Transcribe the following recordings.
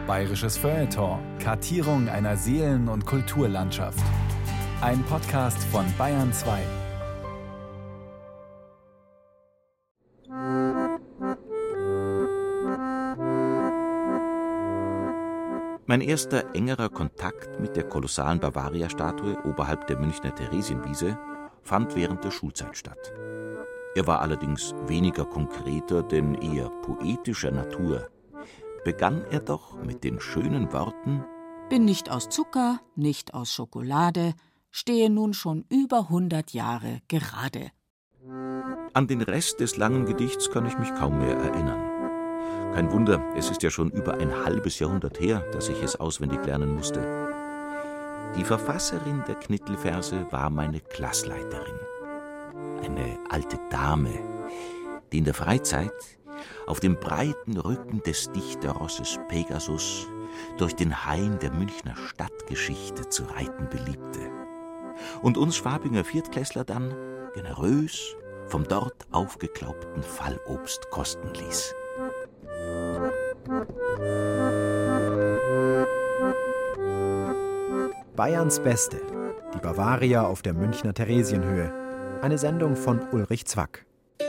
Bayerisches Feuilleton. Kartierung einer Seelen- und Kulturlandschaft. Ein Podcast von Bayern 2. Mein erster engerer Kontakt mit der kolossalen Bavaria-Statue oberhalb der Münchner Theresienwiese fand während der Schulzeit statt. Er war allerdings weniger konkreter, denn eher poetischer Natur. Begann er doch mit den schönen Worten: Bin nicht aus Zucker, nicht aus Schokolade, stehe nun schon über 100 Jahre gerade. An den Rest des langen Gedichts kann ich mich kaum mehr erinnern. Kein Wunder, es ist ja schon über ein halbes Jahrhundert her, dass ich es auswendig lernen musste. Die Verfasserin der Knittelverse war meine Klassleiterin. Eine alte Dame, die in der Freizeit auf dem breiten Rücken des Dichterrosses Pegasus durch den Hain der Münchner Stadtgeschichte zu reiten beliebte und uns Schwabinger Viertklässler dann generös vom dort aufgeklaubten Fallobst kosten ließ. Bayerns Beste, die Bavaria auf der Münchner Theresienhöhe. Eine Sendung von Ulrich Zwack.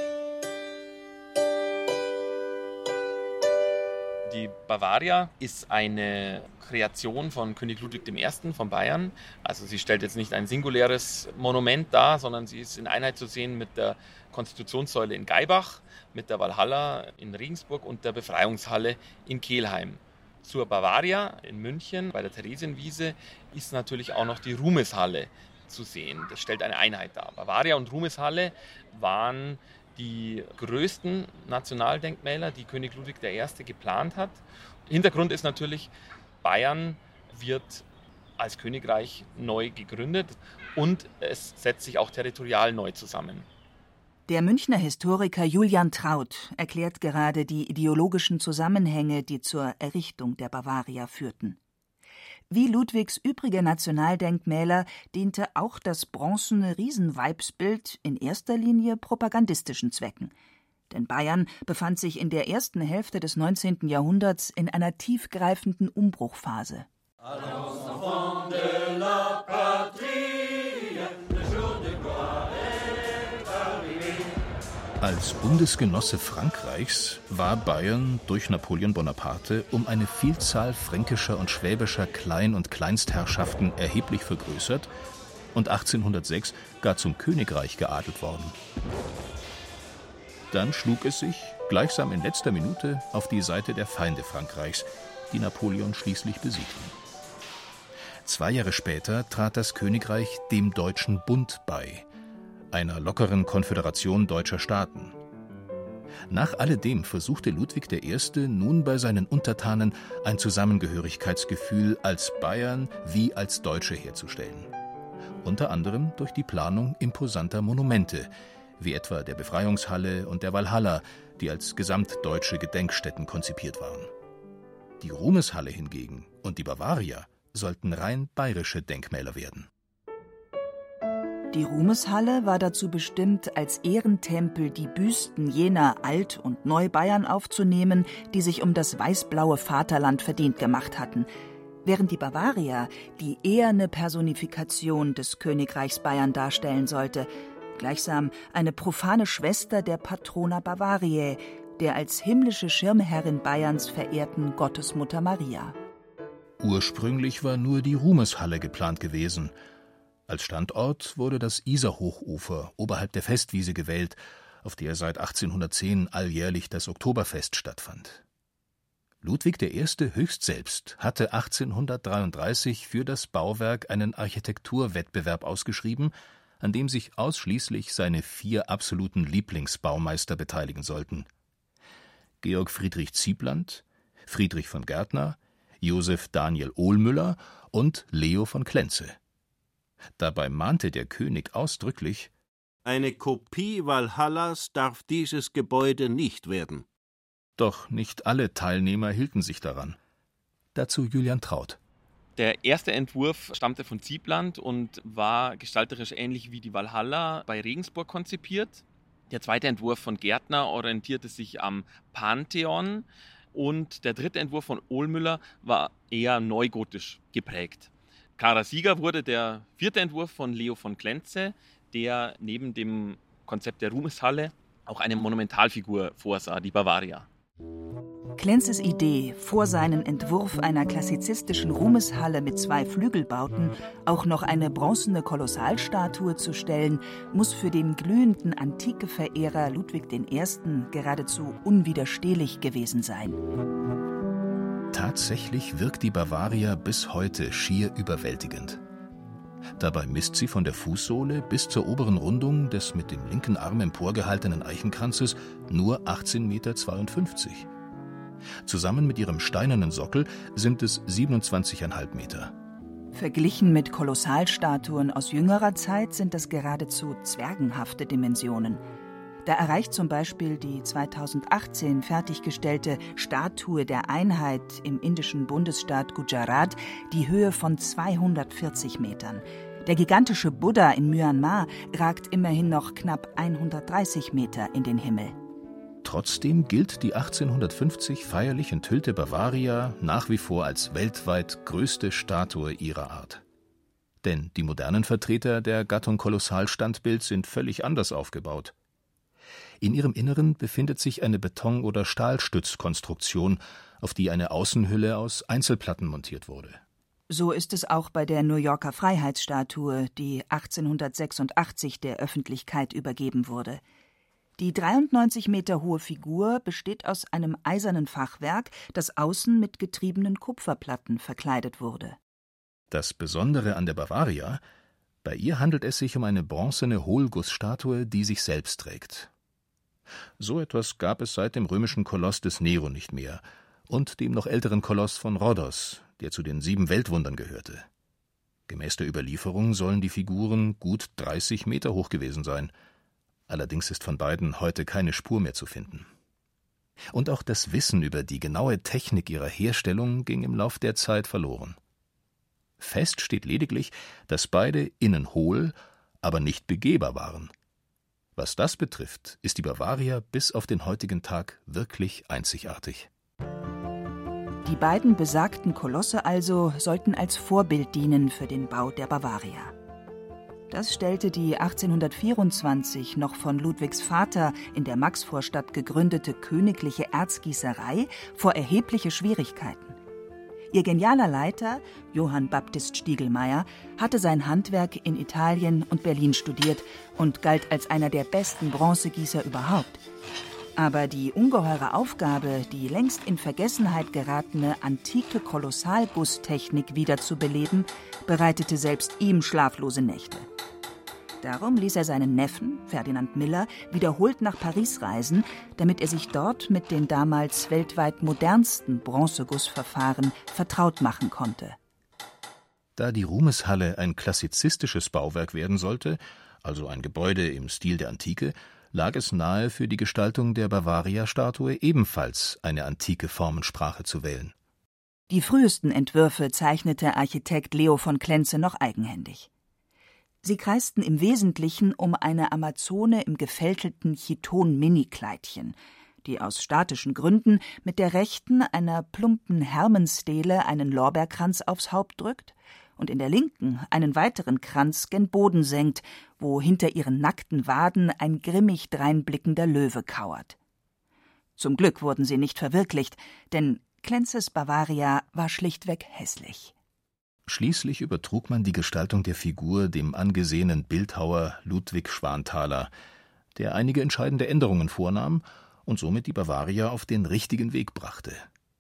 Die Bavaria ist eine Kreation von König Ludwig I. von Bayern. Also sie stellt jetzt nicht ein singuläres Monument dar, sondern sie ist in Einheit zu sehen mit der Konstitutionssäule in Gaibach, mit der Walhalla in Regensburg und der Befreiungshalle in Kelheim. Zur Bavaria in München bei der Theresienwiese ist natürlich auch noch die Ruhmeshalle zu sehen. Das stellt eine Einheit dar. Bavaria und Ruhmeshalle waren die größten Nationaldenkmäler, die König Ludwig I. geplant hat. Hintergrund ist natürlich, Bayern wird als Königreich neu gegründet und es setzt sich auch territorial neu zusammen. Der Münchner Historiker Julian Traut erklärt gerade die ideologischen Zusammenhänge, die zur Errichtung der Bavaria führten. Wie Ludwigs übrige Nationaldenkmäler diente auch das bronzene Riesenweibsbild in erster Linie propagandistischen Zwecken. Denn Bayern befand sich in der ersten Hälfte des 19. Jahrhunderts in einer tiefgreifenden Umbruchphase. Als Bundesgenosse Frankreichs war Bayern durch Napoleon Bonaparte um eine Vielzahl fränkischer und schwäbischer Klein- und Kleinstherrschaften erheblich vergrößert und 1806 gar zum Königreich geadelt worden. Dann schlug es sich, gleichsam in letzter Minute, auf die Seite der Feinde Frankreichs, die Napoleon schließlich besiegten. 2 Jahre später trat das Königreich dem Deutschen Bund bei, einer lockeren Konföderation deutscher Staaten. Nach alledem versuchte Ludwig I. nun bei seinen Untertanen ein Zusammengehörigkeitsgefühl als Bayern wie als Deutsche herzustellen. Unter anderem durch die Planung imposanter Monumente, wie etwa der Befreiungshalle und der Walhalla, die als gesamtdeutsche Gedenkstätten konzipiert waren. Die Ruhmeshalle hingegen und die Bavaria sollten rein bayerische Denkmäler werden. Die Ruhmeshalle war dazu bestimmt, als Ehrentempel die Büsten jener Alt- und Neubayern aufzunehmen, die sich um das weiß-blaue Vaterland verdient gemacht hatten, während die Bavaria die eherne Personifikation des Königreichs Bayern darstellen sollte, gleichsam eine profane Schwester der Patrona Bavariae, der als himmlische Schirmherrin Bayerns verehrten Gottesmutter Maria. Ursprünglich war nur die Ruhmeshalle geplant gewesen. Als Standort wurde das Isarhochufer oberhalb der Festwiese gewählt, auf der seit 1810 alljährlich das Oktoberfest stattfand. Ludwig I. höchst selbst hatte 1833 für das Bauwerk einen Architekturwettbewerb ausgeschrieben, an dem sich ausschließlich seine 4 absoluten Lieblingsbaumeister beteiligen sollten: Georg Friedrich Ziebland, Friedrich von Gärtner, Josef Daniel Ohlmüller und Leo von Klenze. Dabei mahnte der König ausdrücklich: Eine Kopie Walhallas darf dieses Gebäude nicht werden. Doch nicht alle Teilnehmer hielten sich daran. Dazu Julian Traut. Der erste Entwurf stammte von Ziebland und war gestalterisch ähnlich wie die Walhalla bei Regensburg konzipiert. Der zweite Entwurf von Gärtner orientierte sich am Pantheon. Und der dritte Entwurf von Ohlmüller war eher neugotisch geprägt. Klarer Sieger wurde der vierte Entwurf von Leo von Klenze, der neben dem Konzept der Ruhmeshalle auch eine Monumentalfigur vorsah, die Bavaria. Klenzes Idee, vor seinen Entwurf einer klassizistischen Ruhmeshalle mit 2 Flügelbauten auch noch eine bronzene Kolossalstatue zu stellen, muss für den glühenden Antike-Verehrer Ludwig I. geradezu unwiderstehlich gewesen sein. Tatsächlich wirkt die Bavaria bis heute schier überwältigend. Dabei misst sie von der Fußsohle bis zur oberen Rundung des mit dem linken Arm emporgehaltenen Eichenkranzes nur 18,52 Meter. Zusammen mit ihrem steinernen Sockel sind es 27,5 Meter. Verglichen mit Kolossalstatuen aus jüngerer Zeit sind das geradezu zwergenhafte Dimensionen. Da erreicht zum Beispiel die 2018 fertiggestellte Statue der Einheit im indischen Bundesstaat Gujarat die Höhe von 240 Metern. Der gigantische Buddha in Myanmar ragt immerhin noch knapp 130 Meter in den Himmel. Trotzdem gilt die 1850 feierlich enthüllte Bavaria nach wie vor als weltweit größte Statue ihrer Art. Denn die modernen Vertreter der Gattung Kolossalstandbild sind völlig anders aufgebaut. In ihrem Inneren befindet sich eine Beton- oder Stahlstützkonstruktion, auf die eine Außenhülle aus Einzelplatten montiert wurde. So ist es auch bei der New Yorker Freiheitsstatue, die 1886 der Öffentlichkeit übergeben wurde. Die 93 Meter hohe Figur besteht aus einem eisernen Fachwerk, das außen mit getriebenen Kupferplatten verkleidet wurde. Das Besondere an der Bavaria: Bei ihr handelt es sich um eine bronzene Hohlgussstatue, die sich selbst trägt. So etwas gab es seit dem römischen Koloss des Nero nicht mehr und dem noch älteren Koloss von Rhodos, der zu den 7 Weltwundern gehörte. Gemäß der Überlieferung sollen die Figuren gut 30 Meter hoch gewesen sein. Allerdings ist von beiden heute keine Spur mehr zu finden. Und auch das Wissen über die genaue Technik ihrer Herstellung ging im Lauf der Zeit verloren. Fest steht lediglich, dass beide innen hohl, aber nicht begehbar waren. Was das betrifft, ist die Bavaria bis auf den heutigen Tag wirklich einzigartig. Die beiden besagten Kolosse also sollten als Vorbild dienen für den Bau der Bavaria. Das stellte die 1824 noch von Ludwigs Vater in der Maxvorstadt gegründete königliche Erzgießerei vor erhebliche Schwierigkeiten. Ihr genialer Leiter, Johann Baptist Stiegelmeier, hatte sein Handwerk in Italien und Berlin studiert und galt als einer der besten Bronzegießer überhaupt. Aber die ungeheure Aufgabe, die längst in Vergessenheit geratene antike Kolossalgusstechnik wiederzubeleben, bereitete selbst ihm schlaflose Nächte. Darum ließ er seinen Neffen, Ferdinand Miller, wiederholt nach Paris reisen, damit er sich dort mit den damals weltweit modernsten Bronzegussverfahren vertraut machen konnte. Da die Ruhmeshalle ein klassizistisches Bauwerk werden sollte, also ein Gebäude im Stil der Antike, lag es nahe, für die Gestaltung der Bavaria-Statue ebenfalls eine antike Formensprache zu wählen. Die frühesten Entwürfe zeichnete Architekt Leo von Klenze noch eigenhändig. Sie kreisten im Wesentlichen um eine Amazone im gefältelten Chiton-Mini-Kleidchen, die aus statischen Gründen mit der rechten einer plumpen Hermenstele einen Lorbeerkranz aufs Haupt drückt und in der linken einen weiteren Kranz gen Boden senkt, wo hinter ihren nackten Waden ein grimmig dreinblickender Löwe kauert. Zum Glück wurden sie nicht verwirklicht, denn Klenzes Bavaria war schlichtweg hässlich. Schließlich übertrug man die Gestaltung der Figur dem angesehenen Bildhauer Ludwig Schwanthaler, der einige entscheidende Änderungen vornahm und somit die Bavaria auf den richtigen Weg brachte.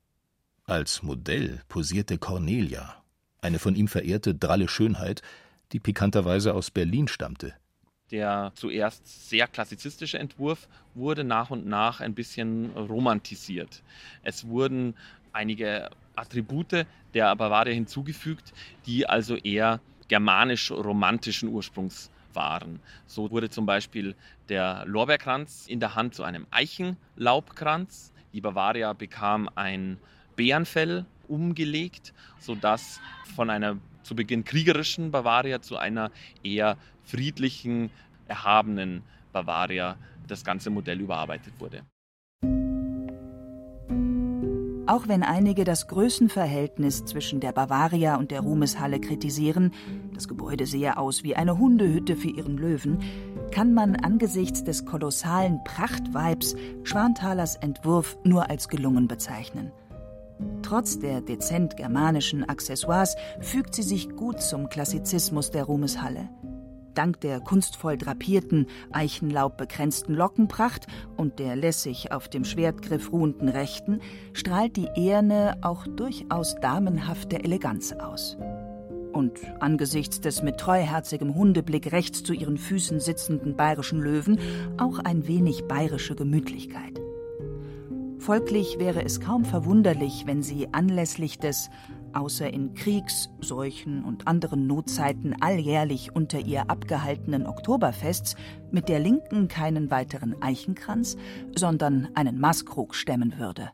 Als Modell posierte Cornelia, eine von ihm verehrte dralle Schönheit, die pikanterweise aus Berlin stammte. Der zuerst sehr klassizistische Entwurf wurde nach und nach ein bisschen romantisiert. Es wurden einige Attribute der Bavaria hinzugefügt, die also eher germanisch-romantischen Ursprungs waren. So wurde zum Beispiel der Lorbeerkranz in der Hand zu einem Eichenlaubkranz. Die Bavaria bekam ein Bärenfell umgelegt, sodass von einer zu Beginn kriegerischen Bavaria zu einer eher friedlichen, erhabenen Bavaria das ganze Modell überarbeitet wurde. Auch wenn einige das Größenverhältnis zwischen der Bavaria und der Ruhmeshalle kritisieren, das Gebäude sehe aus wie eine Hundehütte für ihren Löwen, kann man angesichts des kolossalen Prachtweibs Schwanthalers Entwurf nur als gelungen bezeichnen. Trotz der dezent germanischen Accessoires fügt sie sich gut zum Klassizismus der Ruhmeshalle. Dank der kunstvoll drapierten, eichenlaubbekränzten Lockenpracht und der lässig auf dem Schwertgriff ruhenden Rechten strahlt die eherne, auch durchaus damenhafte Eleganz aus. Und angesichts des mit treuherzigem Hundeblick rechts zu ihren Füßen sitzenden bayerischen Löwen auch ein wenig bayerische Gemütlichkeit. Folglich wäre es kaum verwunderlich, wenn sie anlässlich des außer in Kriegs-, Seuchen- und anderen Notzeiten alljährlich unter ihr abgehaltenen Oktoberfests mit der Linken keinen weiteren Eichenkranz, sondern einen Maßkrug stemmen würde.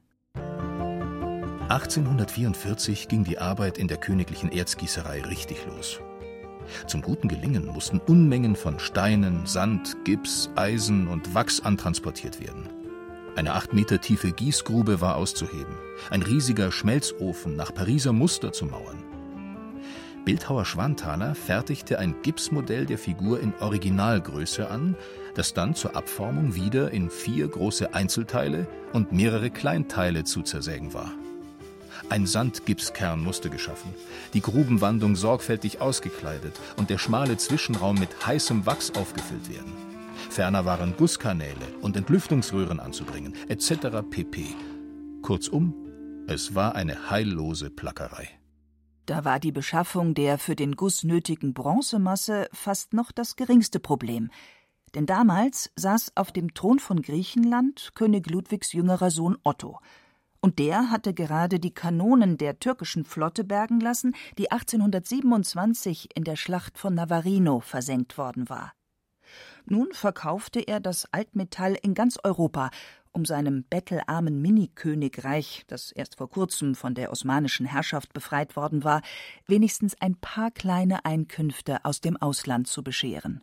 1844 ging die Arbeit in der königlichen Erzgießerei richtig los. Zum guten Gelingen mussten Unmengen von Steinen, Sand, Gips, Eisen und Wachs antransportiert werden. Eine 8 Meter tiefe Gießgrube war auszuheben, ein riesiger Schmelzofen nach Pariser Muster zu mauern. Bildhauer Schwanthaler fertigte ein Gipsmodell der Figur in Originalgröße an, das dann zur Abformung wieder in 4 große Einzelteile und mehrere Kleinteile zu zersägen war. Ein Sandgipskern musste geschaffen, die Grubenwandung sorgfältig ausgekleidet und der schmale Zwischenraum mit heißem Wachs aufgefüllt werden. Ferner waren Gusskanäle und Entlüftungsröhren anzubringen, etc. pp. Kurzum, es war eine heillose Plackerei. Da war die Beschaffung der für den Guss nötigen Bronzemasse fast noch das geringste Problem. Denn damals saß auf dem Thron von Griechenland König Ludwigs jüngerer Sohn Otto. Und der hatte gerade die Kanonen der türkischen Flotte bergen lassen, die 1827 in der Schlacht von Navarino versenkt worden war. Nun verkaufte er das Altmetall in ganz Europa, um seinem bettelarmen Mini-Königreich, das erst vor kurzem von der osmanischen Herrschaft befreit worden war, wenigstens ein paar kleine Einkünfte aus dem Ausland zu bescheren.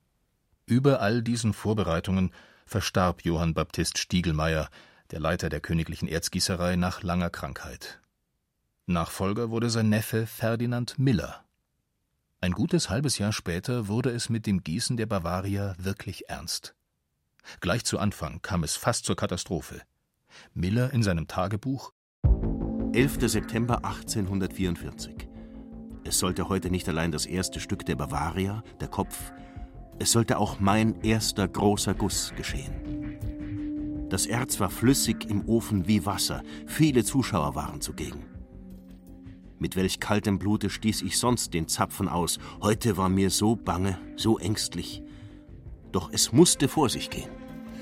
Über all diesen Vorbereitungen verstarb Johann Baptist Stiegelmeier, der Leiter der königlichen Erzgießerei, nach langer Krankheit. Nachfolger wurde sein Neffe Ferdinand Miller. Ein gutes halbes Jahr später wurde es mit dem Gießen der Bavaria wirklich ernst. Gleich zu Anfang kam es fast zur Katastrophe. Miller in seinem Tagebuch: 11. September 1844. Es sollte heute nicht allein das erste Stück der Bavaria, der Kopf, es sollte auch mein erster großer Guss geschehen. Das Erz war flüssig im Ofen wie Wasser, viele Zuschauer waren zugegen. Mit welch kaltem Blute stieß ich sonst den Zapfen aus. Heute war mir so bange, so ängstlich. Doch es musste vor sich gehen.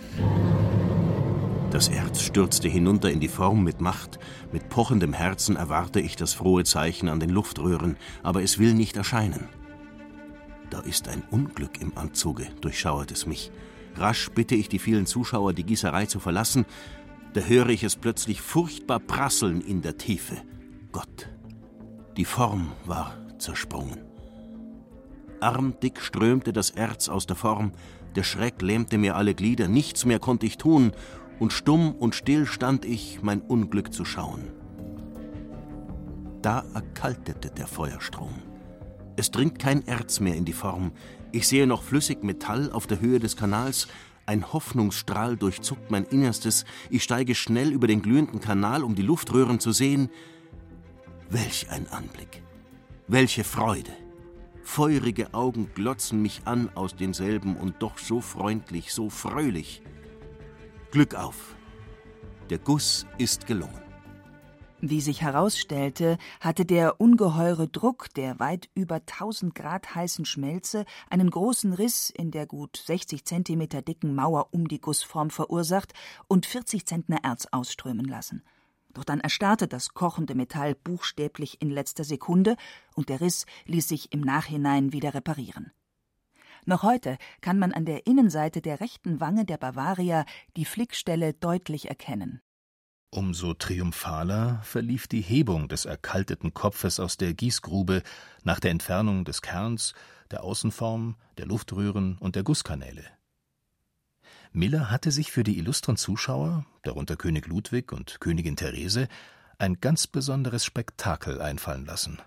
Das Erz stürzte hinunter in die Form mit Macht. Mit pochendem Herzen erwarte ich das frohe Zeichen an den Luftröhren, aber es will nicht erscheinen. Da ist ein Unglück im Anzuge, durchschauert es mich. Rasch bitte ich die vielen Zuschauer, die Gießerei zu verlassen. Da höre ich es plötzlich furchtbar prasseln in der Tiefe. Gott! Die Form war zersprungen. Armdick strömte das Erz aus der Form, der Schreck lähmte mir alle Glieder, nichts mehr konnte ich tun, und stumm und still stand ich, mein Unglück zu schauen. Da erkaltete der Feuerstrom. Es dringt kein Erz mehr in die Form, ich sehe noch flüssig Metall auf der Höhe des Kanals, ein Hoffnungsstrahl durchzuckt mein Innerstes, ich steige schnell über den glühenden Kanal, um die Luftröhren zu sehen. Welch ein Anblick! Welche Freude! Feurige Augen glotzen mich an aus denselben und doch so freundlich, so fröhlich. Glück auf! Der Guss ist gelungen. Wie sich herausstellte, hatte der ungeheure Druck der weit über 1000 Grad heißen Schmelze einen großen Riss in der gut 60 Zentimeter dicken Mauer um die Gussform verursacht und 40 Zentner Erz ausströmen lassen. Doch dann erstarrte das kochende Metall buchstäblich in letzter Sekunde und der Riss ließ sich im Nachhinein wieder reparieren. Noch heute kann man an der Innenseite der rechten Wange der Bavaria die Flickstelle deutlich erkennen. Umso triumphaler verlief die Hebung des erkalteten Kopfes aus der Gießgrube nach der Entfernung des Kerns, der Außenform, der Luftröhren und der Gusskanäle. Miller hatte sich für die illustren Zuschauer, darunter König Ludwig und Königin Therese, ein ganz besonderes Spektakel einfallen lassen.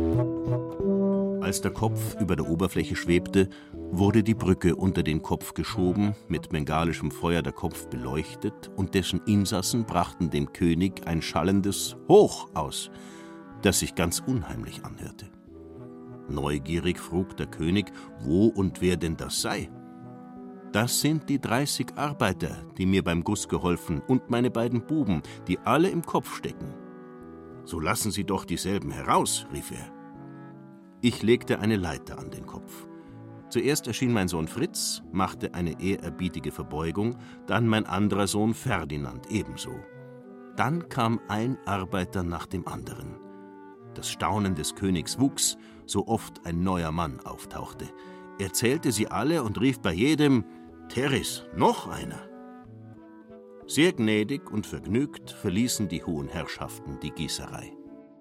Als der Kopf über der Oberfläche schwebte, wurde die Brücke unter den Kopf geschoben, mit bengalischem Feuer der Kopf beleuchtet, und dessen Insassen brachten dem König ein schallendes Hoch aus, das sich ganz unheimlich anhörte. Neugierig frug der König, wo und wer denn das sei. »Das sind die 30 Arbeiter, die mir beim Guss geholfen, und meine beiden Buben, die alle im Kopf stecken.« »So lassen Sie doch dieselben heraus«, rief er. Ich legte eine Leiter an den Kopf. Zuerst erschien mein Sohn Fritz, machte eine ehrerbietige Verbeugung, dann mein anderer Sohn Ferdinand ebenso. Dann kam ein Arbeiter nach dem anderen. Das Staunen des Königs wuchs, so oft ein neuer Mann auftauchte. Er zählte sie alle und rief bei jedem: »Teres, noch einer!« Sehr gnädig und vergnügt verließen die hohen Herrschaften die Gießerei.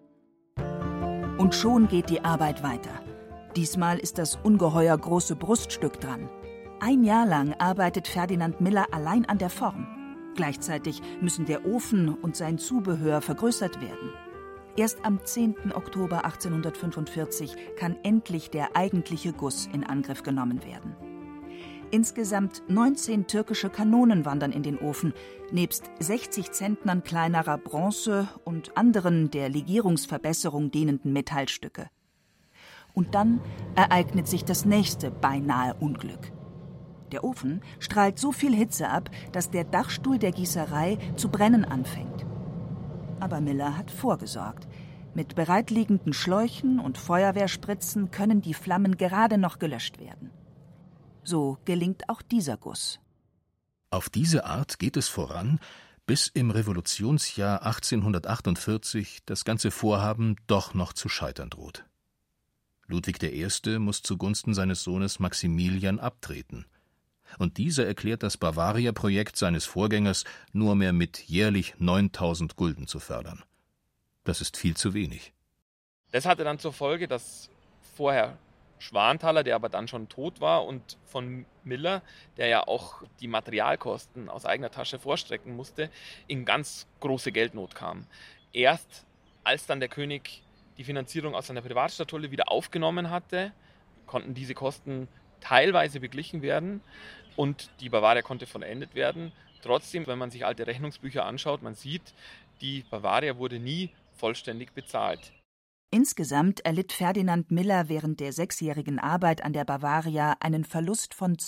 Und schon geht die Arbeit weiter. Diesmal ist das ungeheuer große Bruststück dran. 1 Jahr lang arbeitet Ferdinand Miller allein an der Form. Gleichzeitig müssen der Ofen und sein Zubehör vergrößert werden. Erst am 10. Oktober 1845 kann endlich der eigentliche Guss in Angriff genommen werden. Insgesamt 19 türkische Kanonen wandern in den Ofen, nebst 60 Zentnern kleinerer Bronze und anderen der Legierungsverbesserung dienenden Metallstücke. Und dann ereignet sich das nächste beinahe Unglück. Der Ofen strahlt so viel Hitze ab, dass der Dachstuhl der Gießerei zu brennen anfängt. Aber Miller hat vorgesorgt. Mit bereitliegenden Schläuchen und Feuerwehrspritzen können die Flammen gerade noch gelöscht werden. So gelingt auch dieser Guss. Auf diese Art geht es voran, bis im Revolutionsjahr 1848 das ganze Vorhaben doch noch zu scheitern droht. Ludwig I. muss zugunsten seines Sohnes Maximilian abtreten. Und dieser erklärt das Bavaria-Projekt seines Vorgängers nur mehr mit jährlich 9.000 Gulden zu fördern. Das ist viel zu wenig. Das hatte dann zur Folge, dass vorher Schwanthaler, der aber dann schon tot war, und von Miller, der ja auch die Materialkosten aus eigener Tasche vorstrecken musste, in ganz große Geldnot kam. Erst als dann der König die Finanzierung aus seiner Privatschatulle wieder aufgenommen hatte, konnten diese Kosten teilweise beglichen werden und die Bavaria konnte vollendet werden. Trotzdem, wenn man sich alte Rechnungsbücher anschaut, man sieht, die Bavaria wurde nie vollständig bezahlt. Insgesamt erlitt Ferdinand Miller während der 6-jährigen Arbeit an der Bavaria einen Verlust von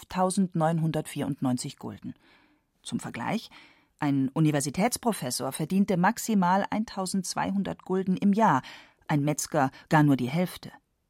12.994 Gulden. Zum Vergleich: Ein Universitätsprofessor verdiente maximal 1.200 Gulden im Jahr, ein Metzger gar nur die Hälfte.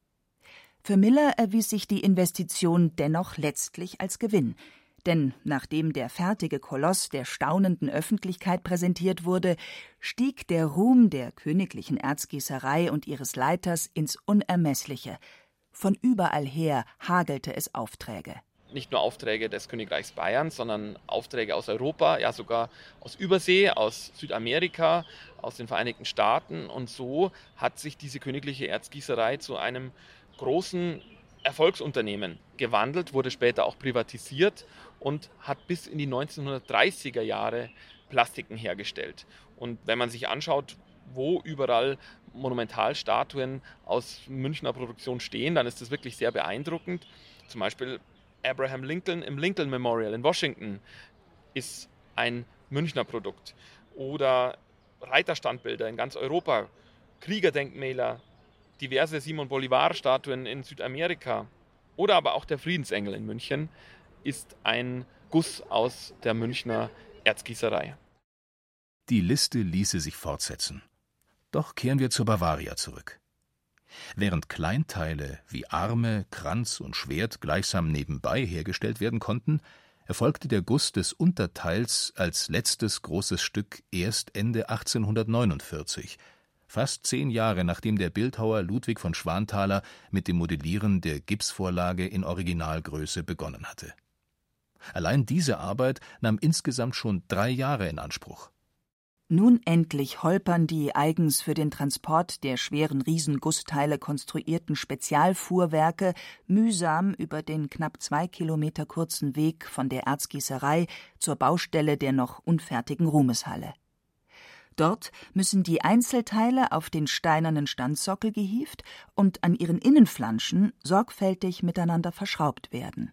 Für Miller erwies sich die Investition dennoch letztlich als Gewinn. Denn nachdem der fertige Koloss der staunenden Öffentlichkeit präsentiert wurde, stieg der Ruhm der königlichen Erzgießerei und ihres Leiters ins Unermessliche. Von überall her hagelte es Aufträge. Nicht nur Aufträge des Königreichs Bayern, sondern Aufträge aus Europa, ja sogar aus Übersee, aus Südamerika, aus den Vereinigten Staaten. Und so hat sich diese königliche Erzgießerei zu einem großen Erfolgsunternehmen gewandelt, wurde später auch privatisiert und hat bis in die 1930er Jahre Plastiken hergestellt. Und wenn man sich anschaut, wo überall Monumentalstatuen aus Münchner Produktion stehen, dann ist das wirklich sehr beeindruckend. Zum Beispiel Abraham Lincoln im Lincoln Memorial in Washington ist ein Münchner Produkt. Oder Reiterstandbilder in ganz Europa, Kriegerdenkmäler, diverse Simon Bolivar-Statuen in Südamerika oder aber auch der Friedensengel in München ist ein Guss aus der Münchner Erzgießerei. Die Liste ließe sich fortsetzen. Doch kehren wir zur Bavaria zurück. Während Kleinteile wie Arme, Kranz und Schwert gleichsam nebenbei hergestellt werden konnten, erfolgte der Guss des Unterteils als letztes großes Stück erst Ende 1849, fast 10 Jahre nachdem der Bildhauer Ludwig von Schwanthaler mit dem Modellieren der Gipsvorlage in Originalgröße begonnen hatte. Allein diese Arbeit nahm insgesamt schon 3 Jahre in Anspruch. Nun endlich holpern die eigens für den Transport der schweren Riesengussteile konstruierten Spezialfuhrwerke mühsam über den knapp 2 Kilometer kurzen Weg von der Erzgießerei zur Baustelle der noch unfertigen Ruhmeshalle. Dort müssen die Einzelteile auf den steinernen Standsockel gehievt und an ihren Innenflanschen sorgfältig miteinander verschraubt werden.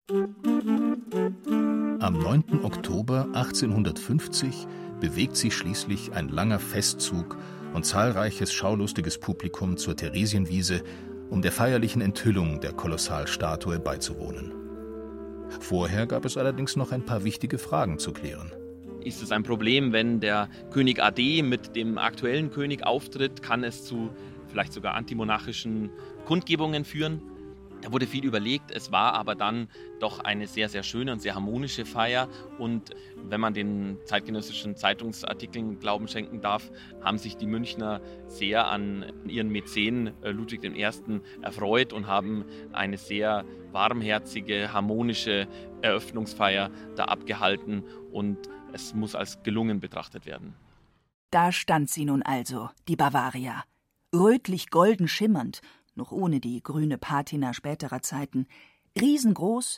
Am 9. Oktober 1850 bewegt sich schließlich ein langer Festzug und zahlreiches schaulustiges Publikum zur Theresienwiese, um der feierlichen Enthüllung der Kolossalstatue beizuwohnen. Vorher gab es allerdings noch ein paar wichtige Fragen zu klären. Ist es ein Problem, wenn der König Ade mit dem aktuellen König auftritt? Kann es zu vielleicht sogar antimonarchischen Kundgebungen führen? Da wurde viel überlegt, es war aber dann doch eine sehr, sehr schöne und sehr harmonische Feier. Und wenn man den zeitgenössischen Zeitungsartikeln Glauben schenken darf, haben sich die Münchner sehr an ihren Mäzen Ludwig I. erfreut und haben eine sehr warmherzige, harmonische Eröffnungsfeier da abgehalten. Und es muss als gelungen betrachtet werden. Da stand sie nun also, die Bavaria, rötlich-golden schimmernd, noch ohne die grüne Patina späterer Zeiten, riesengroß,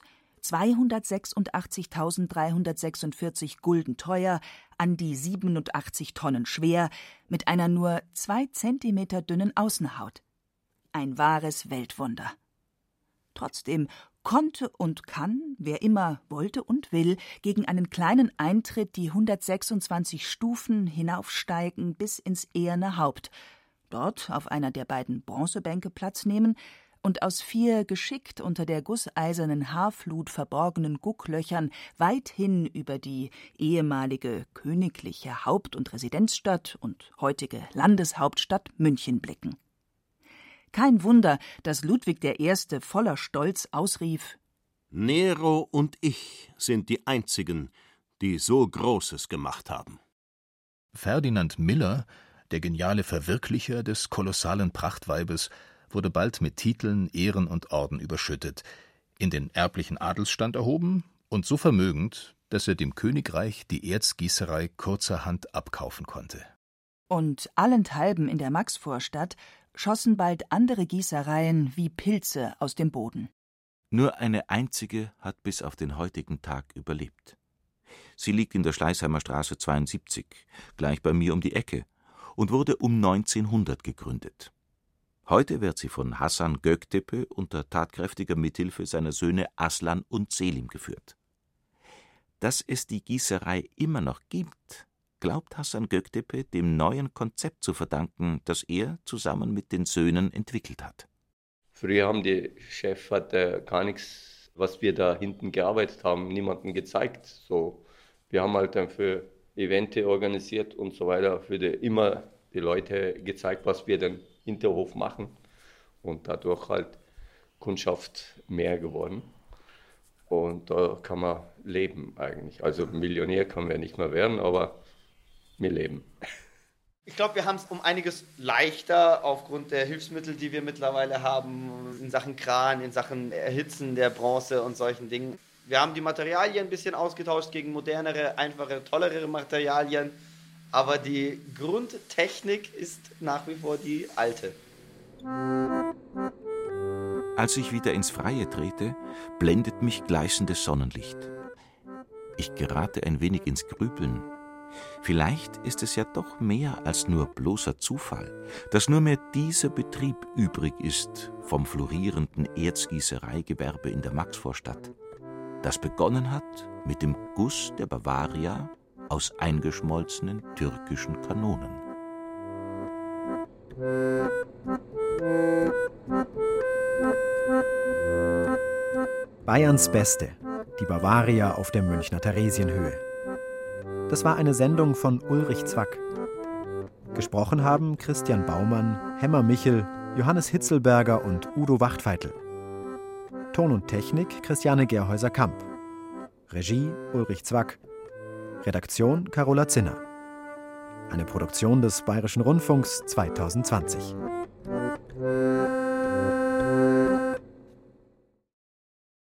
286.346 Gulden teuer, an die 87 Tonnen schwer, mit einer nur 2 Zentimeter dünnen Außenhaut. Ein wahres Weltwunder. Trotzdem konnte und kann, wer immer wollte und will, gegen einen kleinen Eintritt die 126 Stufen hinaufsteigen bis ins eherne Haupt, dort auf einer der beiden Bronzebänke Platz nehmen und aus 4 geschickt unter der gusseisernen Haarflut verborgenen Gucklöchern weithin über die ehemalige königliche Haupt- und Residenzstadt und heutige Landeshauptstadt München blicken. Kein Wunder, dass Ludwig I. voller Stolz ausrief: Nero und ich sind die Einzigen, die so Großes gemacht haben. Ferdinand Miller, der geniale Verwirklicher des kolossalen Prachtweibes, wurde bald mit Titeln, Ehren und Orden überschüttet, in den erblichen Adelsstand erhoben und so vermögend, dass er dem Königreich die Erzgießerei kurzerhand abkaufen konnte. Und allenthalben in der Maxvorstadt schossen bald andere Gießereien wie Pilze aus dem Boden. Nur eine einzige hat bis auf den heutigen Tag überlebt. Sie liegt in der Schleißheimer Straße 72, gleich bei mir um die Ecke, und wurde um 1900 gegründet. Heute wird sie von Hassan Göktepe unter tatkräftiger Mithilfe seiner Söhne Aslan und Selim geführt. Dass es die Gießerei immer noch gibt, glaubt Hassan Göktepe dem neuen Konzept zu verdanken, das er zusammen mit den Söhnen entwickelt hat. Früher haben die Chefs gar nichts, was wir da hinten gearbeitet haben, niemandem gezeigt. So, wir haben halt dann für Evente organisiert und so weiter, immer die Leute gezeigt, was wir dann Hinterhof machen. Und dadurch halt Kundschaft mehr geworden. Und da kann man leben eigentlich. Also Millionär kann man nicht mehr werden, aber wir leben. Ich glaube, wir haben es um einiges leichter aufgrund der Hilfsmittel, die wir mittlerweile haben, in Sachen Kran, in Sachen Erhitzen der Bronze und solchen Dingen. Wir haben die Materialien ein bisschen ausgetauscht gegen modernere, einfache, tollere Materialien, aber die Grundtechnik ist nach wie vor die alte. Als ich wieder ins Freie trete, blendet mich gleißendes Sonnenlicht. Ich gerate ein wenig ins Grübeln. Vielleicht ist es ja doch mehr als nur bloßer Zufall, dass nur mehr dieser Betrieb übrig ist vom florierenden Erzgießereigewerbe in der Maxvorstadt, das begonnen hat mit dem Guss der Bavaria aus eingeschmolzenen türkischen Kanonen. Bayerns Beste, die Bavaria auf der Münchner Theresienhöhe. Das war eine Sendung von Ulrich Zwack. Gesprochen haben Christian Baumann, Hemmer Michel, Johannes Hitzelberger und Udo Wachtfeitel. Ton und Technik Christiane Gerhäuser-Kamp. Regie Ulrich Zwack. Redaktion Carola Zinner. Eine Produktion des Bayerischen Rundfunks 2020.